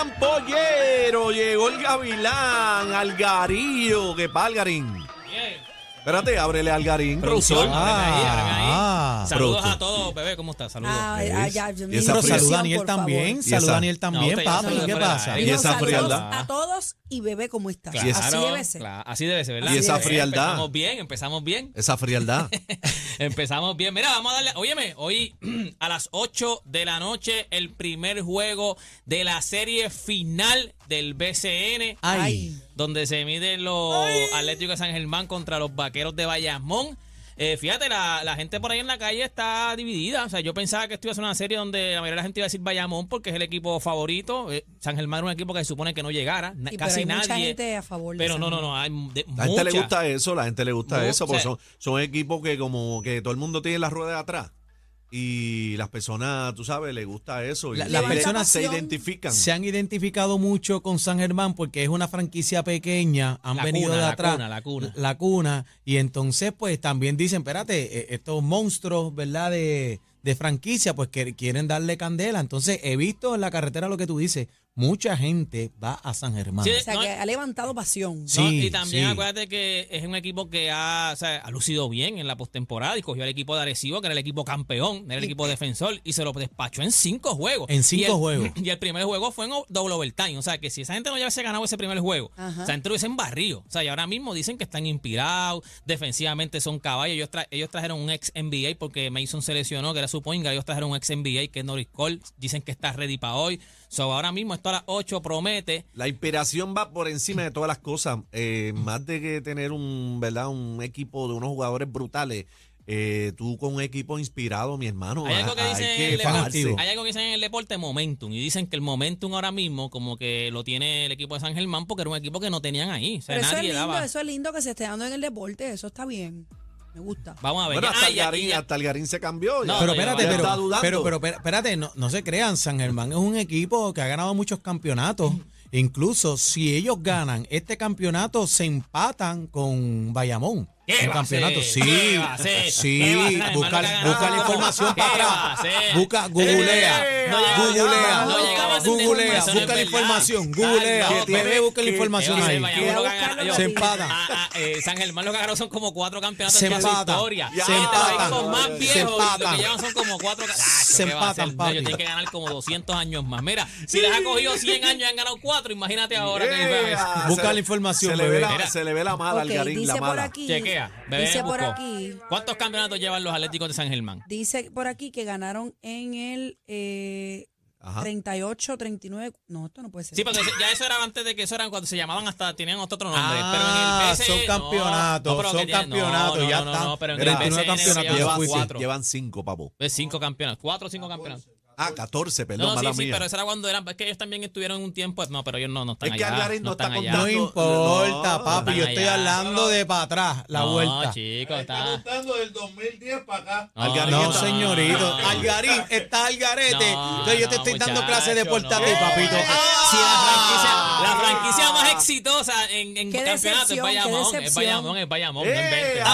Pollero, llegó el Gavilán, Algarillo. ¿Qué pasa, Algarín? Bien. Espérate, ábrele a Algarín, Producción, productor. ábreme ahí. Saludos productor. a todos, bebé, ¿cómo estás? Saludos. Y esa Pero fría- saluda a Daniel Y también, esa- saluda a Daniel también, usted ya papi, saluda ¿qué fuera del pasa? aire. Y esa frialdad. A todos y bebé, ¿cómo estás? Claro, Así debe ser. claro, así debe ser, ¿verdad? Y esa frialdad. Empezamos bien. Esa frialdad. Empezamos bien. Mira, vamos a darle. Óyeme, hoy a las 8 de la noche, el primer juego de la serie final del BCN. Ay, Donde se miden los Atléticos de San Germán contra los Vaqueros de Bayamón. Fíjate, la gente por ahí en la calle está dividida. O sea, yo pensaba que esto iba a ser una serie donde la mayoría de la gente iba a decir Bayamón porque es el equipo favorito. San Germán era un equipo que se supone que no llegara. Sí, Casi pero hay mucha nadie. gente a favor de Pero San no, Germán. hay La gente le mucha. gusta eso, la gente le gusta No, eso, porque o sea- son equipos que como que todo el mundo tiene la rueda de atrás. Y las personas, tú sabes, les gusta eso. Y Las Levanta personas se pasión. identifican. se han identificado mucho con San Germán porque es una franquicia pequeña, han La venido cuna, de la atrás. cuna, la cuna. La cuna, y entonces pues también dicen, espérate, estos monstruos, ¿verdad? De franquicia, pues que quieren darle candela. Entonces he visto en la carretera lo que tú dices, mucha gente va a San Germán. Sí, O sea, no, que ha levantado pasión. ¿no? Sí, Y también sí. acuérdate que es un equipo que ha lucido bien en la postemporada y cogió al equipo de Arecibo, que era el equipo campeón, era el equipo defensor, y se lo despachó en 5 juegos. En 5 Y el- juegos. Y el primer juego fue en double overtime. O sea, que si esa gente no hubiese ganado ese primer juego, Ajá. esa gente lo hubiesen barrido. O sea, y ahora mismo dicen que están inspirados, defensivamente son caballos. Ellos trajeron un ex NBA porque Mason se lesionó, que era su point guard. Ellos trajeron un ex NBA, que es Norris Cole. Dicen que está ready para hoy. So, ahora mismo esto a las 8 promete. La inspiración va por encima de todas las cosas. Más de que tener un equipo de unos jugadores brutales, tú con un equipo inspirado, mi hermano, Hay algo que dicen en el fan deporte, activo. hay algo que dicen en el deporte, momentum, y dicen que el momentum ahora mismo como que lo tiene el equipo de San Germán porque era un equipo que no tenían ahí, o sea, Pero nadie daba. eso es lindo que se esté dando en el deporte. Eso está bien. Me gusta. Vamos a ver. Bueno, ya- hasta, ah, ya- Algarín, ya- hasta Algarín se cambió. No, Pero ya espérate, va, ya está dudando. pero espérate, no se crean, San Germán es un equipo que ha ganado muchos campeonatos. Incluso si ellos ganan este campeonato, se empatan con Bayamón. ¿Qué En va a campeonato, hacer? sí, ¿Qué va a hacer? sí, ¿Qué va a hacer? busca Hermano, que la ganó. información ¿Qué para va a atrás, hacer? busca, googlea, No llegaba- no llegaba a ser googlea, eso no es busca la verdad. información, Está googlea, loco. bebé, busca la ¿Qué- información ¿Qué va a ahí. hacer? Bayamón lo Voy a gana- buscarlo Se rapidito. empatan. San Germán lo que ganaron son como 4 campeonatos Se en su empatan. historia. Se Y los empatan. equipos más Se viejos lo empatan. que llevan son como 4 Se empatan, papi. Ellos tienen que ganar como 200 años más. Mira, si les ha cogido 100 años y han ganado 4, imagínate ahora que Yeah. Busca Se- la información, se le ve bebé. la, se le ve la mala, Ok, Algarín, dice la por mala. aquí. Chequea. Bebé Dice por buscó. aquí. ¿Cuántos campeonatos llevan los Atléticos de San Germán? Dice por aquí que ganaron en el Ajá. 38, 39. No, esto no puede ser. Sí, porque ya eso era antes de que eso eran cuando se llamaban hasta, tenían otro nombre. Ah, pero en el BCN, son campeonatos, pero son que tienen- campeonatos, ya está. No, pero en Mira, el 29 BCN campeonatos, llevan ya fuiste. 4. Llevan 5, papo. 5 campeonatos, 4 o 5 campeonatos. 14, perdón, No, mala sí, mía. pero eso era cuando eran, es que ellos también estuvieron un tiempo, no, pero ellos no están Es que allá. Algarín no está están allá. No contando. importa, No, papi, yo están estoy allá. hablando de para atrás, la no, vuelta. chicos, está. contando del 2010 para acá. Algarín No, está- señorito. no. Algarín, está al garete. No, Entonces yo te no, estoy dando muchacho, clase de deporte a ti, no. papito. Si la franquicia más exitosa en Qué campeonato es decepción, Bayamón, qué es Bayamón, es Bayamón, no ¡Eh! inventes.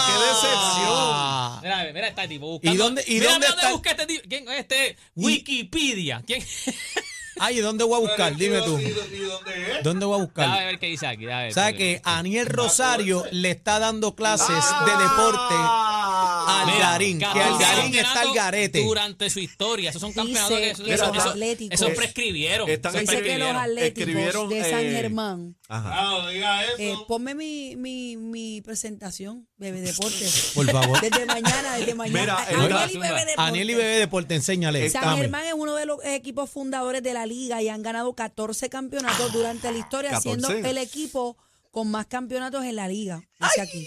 ¡Ah! ¡Qué decepción! Mira este tipo buscando. ¿Y dónde Mira, está? busca este tipo? ¿Quién es este? Wikipedia. ¿Quién? Ay, ¿dónde voy a buscar? Dime tú. ¿Y dónde es? ¿Dónde voy a Déjame buscar? ver qué dice aquí. déjame ver, ¿Sabes porque- que Aniel Rosario le está dando clases de deporte a Mira, Algarín? Que 14 Algarín está al campeonatos garete. Durante su historia. Esos son campeonatos Dice que que eso, los eso- Atléticos- eso prescribieron. Están Eso Dice que los prescribieron. Atléticos Escribieron, de San Germán. Ajá. Ah, no diga eso. Ponme mi presentación, Bebé Deportes. Por favor. Desde mañana. Mira, Aniel y Bebé Deportes. Aniel y Bebé Deporte, enséñale. San dame. Germán es uno de los equipos fundadores de la liga y han ganado 14 campeonatos durante la historia, 14. siendo el equipo con más campeonatos en la liga. Dice aquí.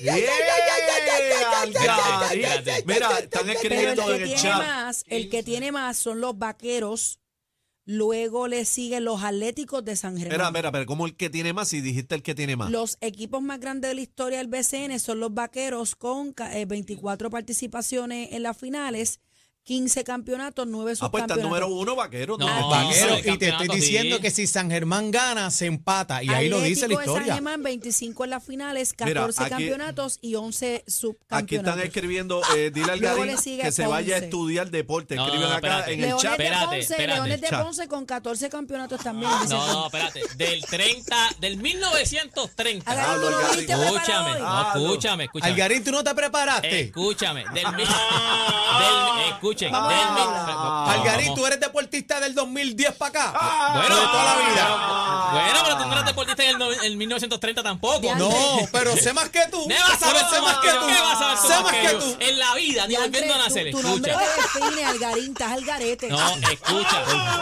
Algarín. Mira, están Pero escribiendo en el chat. el que tiene más son los Vaqueros. Luego le siguen los Atléticos de San Germán. Espera, ¿cómo el que tiene más? Si dijiste el que tiene más. Los equipos más grandes de la historia del BCN son los Vaqueros con 24 participaciones en las finales. 15 campeonatos, 9 Ah, pues está el subcampeonatos. número 1, Vaquero. No, número Vaquero, 15. y te estoy diciendo que si San Germán gana, se empata. Y ahí lo dice la Atlético de San historia. Germán, 25 en las finales, Mira, 14 aquí- campeonatos y 11 Aquí subcampeonatos. están escribiendo, dile al Luego Garín le sigue que se vaya a Ponce. estudiar deporte. No, Escriben no, acá espérate. en el Leones chat. de Espérate, Ponce, espérate. Leones de Chat. Ponce con 14 campeonatos también. dice No, Ponce. espérate. Del 1930. Algarín, Hablo, ¿tú no Algarín. viniste preparado Escúchame, hoy? no, escúchame. Algarín, ¿tú no te preparaste? Escúchame. Escuchen. Vamos a hablar. Algarín, ¿tú eres deportista del 2010 para acá? Bueno, de toda la vida. Bueno, pero tú no eres deportista en 1930 tampoco. Ya. No, pero sé más que tú. ¿Qué vas a ver? Sé más que tú. ¿Qué vas a ver? Sé más que yo? tú. En la vida, ni Ya, volviendo a Andrés, nacer. tu nombre Escucha. te define, Algarín, estás al garete. No, escucha.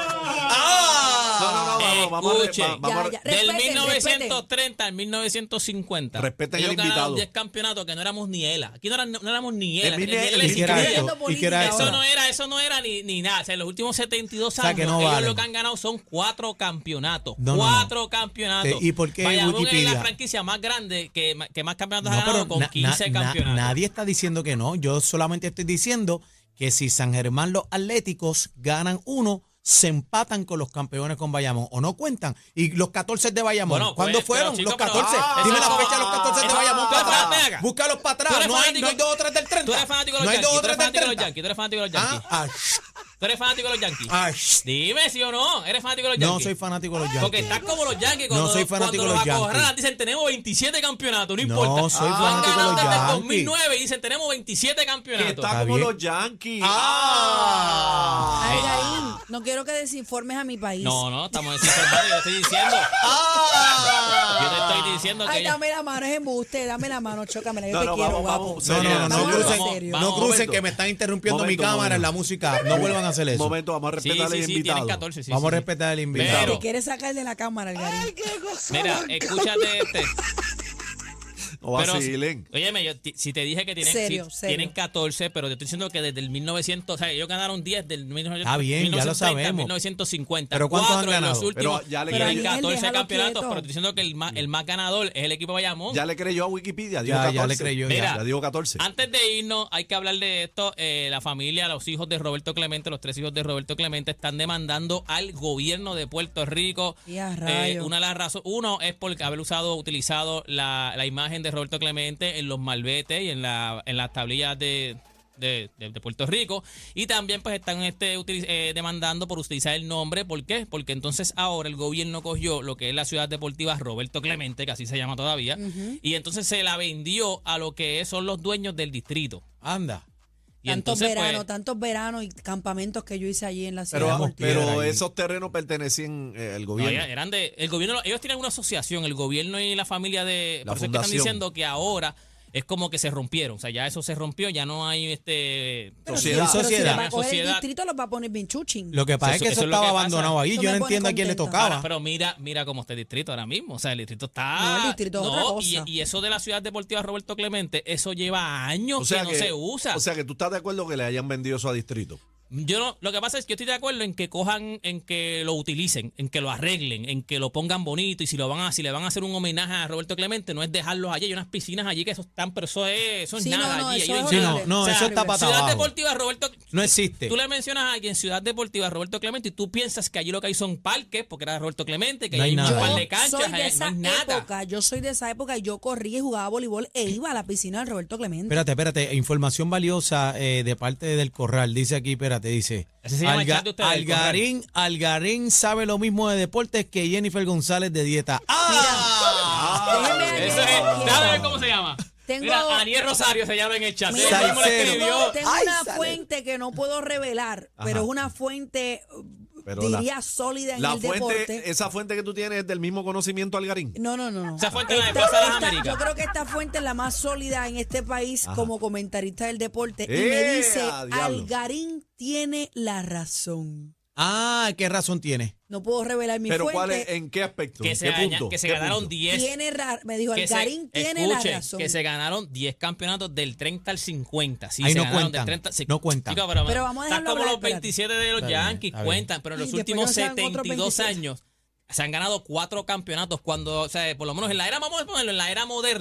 Vamos a Escuchen. vamos a- Ya, Del respeten, 1930 al 1950. Respeten ellos al ganaron invitado. 10 campeonatos que no éramos ni ELA. Aquí no éramos ni ELA. Mire, ni ¿y ELA ¿Y qué era existía. eso? ¿Y qué era Eso eso? Eso no era ni nada. O sea, en los últimos 72 sea, años, que no ellos valen. lo que han ganado son 4 campeonatos. No, no, no. 4 campeonatos. ¿Y por qué Bayamón es Wikipedia? la franquicia más grande que más campeonatos ha No, ganado pero con 15 campeonatos. nadie está diciendo que no. Yo solamente estoy diciendo que si San Germán los Atléticos ganan uno, se empatan con los campeones con Bayamón o no cuentan. Y los 14 de Bayamón, Bueno, ¿cuándo pues, fueron? pero, chico, los 14. pero- Dime eso- la fecha de los 14 de eso- Bayamón tú para eres atrás. fanático. Ven acá. Búscalos para Tú atrás. eres No hay fanático- 2 o 3 del 30. Tú eres fanático de No los hay 2 Yankees. o Tú eres 3 del fanático de los 30. Yankees. Tú eres fanático de los Yankees. ¿Tú eres fanático de los Yankees? Dime si o no. ¿Eres fanático de los No Yankees? soy fanático de los Porque Yankees. estás como los Yankees No cuando, soy fanático cuando de los los acorralan, Yankees. dicen tenemos 27 campeonatos, no No importa. soy Han fanático de ganado los desde el Yankees. 2009 y dicen tenemos 27 Que campeonatos. está Está como bien. los Yankees. Algarín, no quiero que desinformes a mi país. No, estamos desinformados. Yo te estoy diciendo. Yo te estoy diciendo que Ay, ellos- dame la mano, es embuste, dame la mano, chócamela, yo No, te no, quiero, vamos, guapo. vamos. No, no, no, Vamos no a hablar crucen, serio. vamos, no crucen momento. que me están interrumpiendo mi Momento, cámara en la momento. música. No vuelvan a hacer Un eso. momento, vamos a Sí, respetar al tienen invitado. 14. Sí, Vamos sí, a sí. respetar al invitado. Pero- Te quieres sacar de la cámara, Algarín. Mira, escúchate este. No vacilen. Óyeme, si te dije que tienen, Serio, sí, serio. tienen 14, pero te estoy diciendo que desde el 1900, o sea, ellos ganaron 10 del 1930 Está bien, ya lo sabemos. 1950. Pero ¿cuántos han 4 de los ganado? últimos Pero ya le tienen creí. 14 Déjalo campeonatos, quieto. pero te estoy diciendo que el más ganador es el equipo de Bayamón. Ya le creyó a Wikipedia. Dijo Ya, 14. ya le creyó. Mira, Ya dijo 14. Antes de irnos, hay que hablar de esto. La familia, los hijos de Roberto Clemente, los 3 hijos de Roberto Clemente, están demandando al gobierno de Puerto Rico. Y a rayos. Una de las razones, uno es por haber utilizado la imagen de Roberto Clemente en los malbetes y en las tablillas de Puerto Rico, y también pues están demandando por utilizar el nombre. ¿Por qué? Porque entonces ahora el gobierno cogió lo que es la ciudad deportiva Roberto Clemente, que así se llama todavía, y entonces se la vendió a lo que son los dueños del distrito. Anda. Y Tantos entonces veranos, pues, tantos veranos y campamentos que yo hice allí en la ciudad. Pero, Vamos, pero tierra ahí. esos terrenos pertenecían al no, gobierno. eran el gobierno, ellos tienen una asociación, el gobierno y la familia de, La por eso es que están fundación. diciendo que ahora es como que se rompieron, o sea, ya eso se rompió, ya no hay Pero sociedad. si, pero si Sociedad. le va a coger el Sociedad. distrito, los va a poner bien chuchín. Lo que pasa es que Eso eso es lo estaba que pasa. abandonado ahí. Eso Yo me no pone entiendo a quién le contenta. tocaba. Pero mira cómo está el distrito ahora mismo. O sea, el distrito está. No, el distrito es otra cosa. Y eso de la ciudad deportiva Roberto Clemente, eso lleva años que no se usa. O sea que tú estás de acuerdo que le hayan vendido eso a distrito. Yo no, lo que pasa es que yo estoy de acuerdo en que cojan, en que lo utilicen, en que lo arreglen, en que lo pongan bonito, y si le van a hacer un homenaje a Roberto Clemente, no es dejarlos allí. Hay unas piscinas allí que eso están, pero eso es Sí, nada no, allí. eso Ahí es no Sí, hay no, nada. no, O sea, eso está pata Ciudad abajo. Deportiva Roberto. No existe. Tú le mencionas a alguien Ciudad Deportiva Roberto Clemente y tú piensas que allí lo que hay son parques, porque era Roberto Clemente, que No hay hay un nada. par Yo de canchas, soy de no esa hay nada. época, yo soy de esa época y yo corría y jugaba voleibol e iba a la piscina de Roberto Clemente. Espérate. Información valiosa de parte del Corral. Dice aquí, dice. Así se llama el chat de ustedes, el Algarín sabe lo mismo de deportes que Jennifer González de dieta. Déjeme Eso es, añadir- déjame ver cómo se llama. Tengo- Mira, Aniel Rosario se llama en el chat. Mira, Él mismo lo Salsero. escribió. tengo Ay, una sale. fuente que no puedo revelar, pero es una fuente, Pero diría, sólida en La el deporte. fuente, esa fuente que tú tienes es del mismo conocimiento Algarín. No. Esa fuente es la de Plaza de las Américas. Yo creo que esta fuente es la más sólida en este país como comentarista del deporte. Y me ¡Eh, dice, a diablo! Algarín tiene la razón. ¿Qué razón tiene? No puedo revelar mi Pero fuente. ¿cuál es, ¿en qué aspecto? Que ¿En se, qué gaña- punto? que se ¿Qué ganaron punto? 10. Me dijo, que se- Algarín tiene la escuchen, razón. que se ganaron 10 campeonatos del 30 al 50. Sí, Ahí se no ganaron cuentan, del 30, sí. no cuentan. Chico, Pero vamos a están dejarlo como hablar, los 27 de los Está bien, Yankees, está bien. cuentan, pero en Y los después últimos no sean otros 72 27. años se han ganado 4 campeonatos cuando, o sea, por lo menos en la era, vamos a ponerlo, en la era moderna,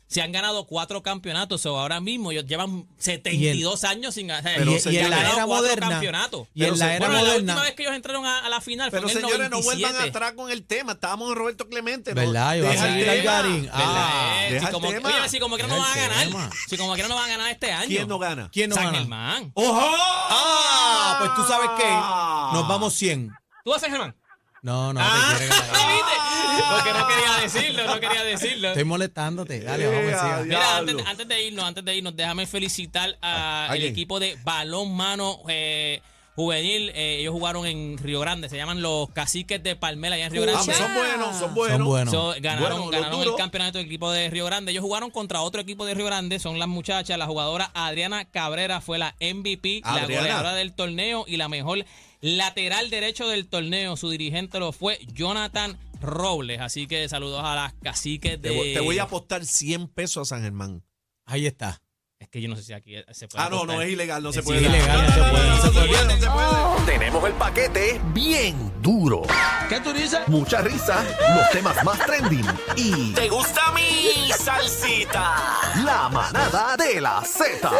se han ganado 4 campeonatos. O ahora mismo ellos llevan 72 años sin ganar. Pero, y en la era moderna, campeonatos. y en la era La moderna, última vez que ellos entraron a la final Pero fue en el señores, 97. no vuelvan atrás con el tema. Estábamos en Roberto Clemente. ¿no? ¿verdad? Y va a Deja el seguir tema. Algarín. deja Si el como, tema. oye, si como que no Deja van a el ganar. tema. Si como que no van a ganar este año. ¿Quién no gana? ¿Quién no San gana? Germán. ¡Ojo! Pues tú sabes qué, nos vamos 100. ¿Tú vas a San Germán? No, te quiere ganar. ¿Viste? Porque no quería decirlo. Estoy molestándote. Dale, vamos a Ya, ver. Mira, Diablo. antes de irnos, déjame felicitar ¿A al quién? equipo de balonmano juvenil. Ellos jugaron en Río Grande, se llaman los Caciques de Palmela allá en Río Ah, Grande. pues son buenos, son buenos. Son buenos. Ganaron Bueno, los el duros. campeonato del equipo de Río Grande. Ellos jugaron contra otro equipo de Río Grande, son las muchachas. La jugadora Adriana Cabrera fue la MVP, la Adriana. goleadora del torneo y la mejor lateral derecho del torneo. Su dirigente lo fue Jonathan Robles. Así que saludos a las Caciques de... Te voy a apostar 100 pesos a San Germán. Ahí está. Es que yo no sé si aquí se puede Ah, no, apostar. es ilegal, no se Es puede. ilegal, no se puede, no se puede. No se puede. Tenemos el paquete bien duro. ¿Qué tú dices? Mucha risa, los temas más trending y ¿Te gusta mi salsita? la manada de la Z.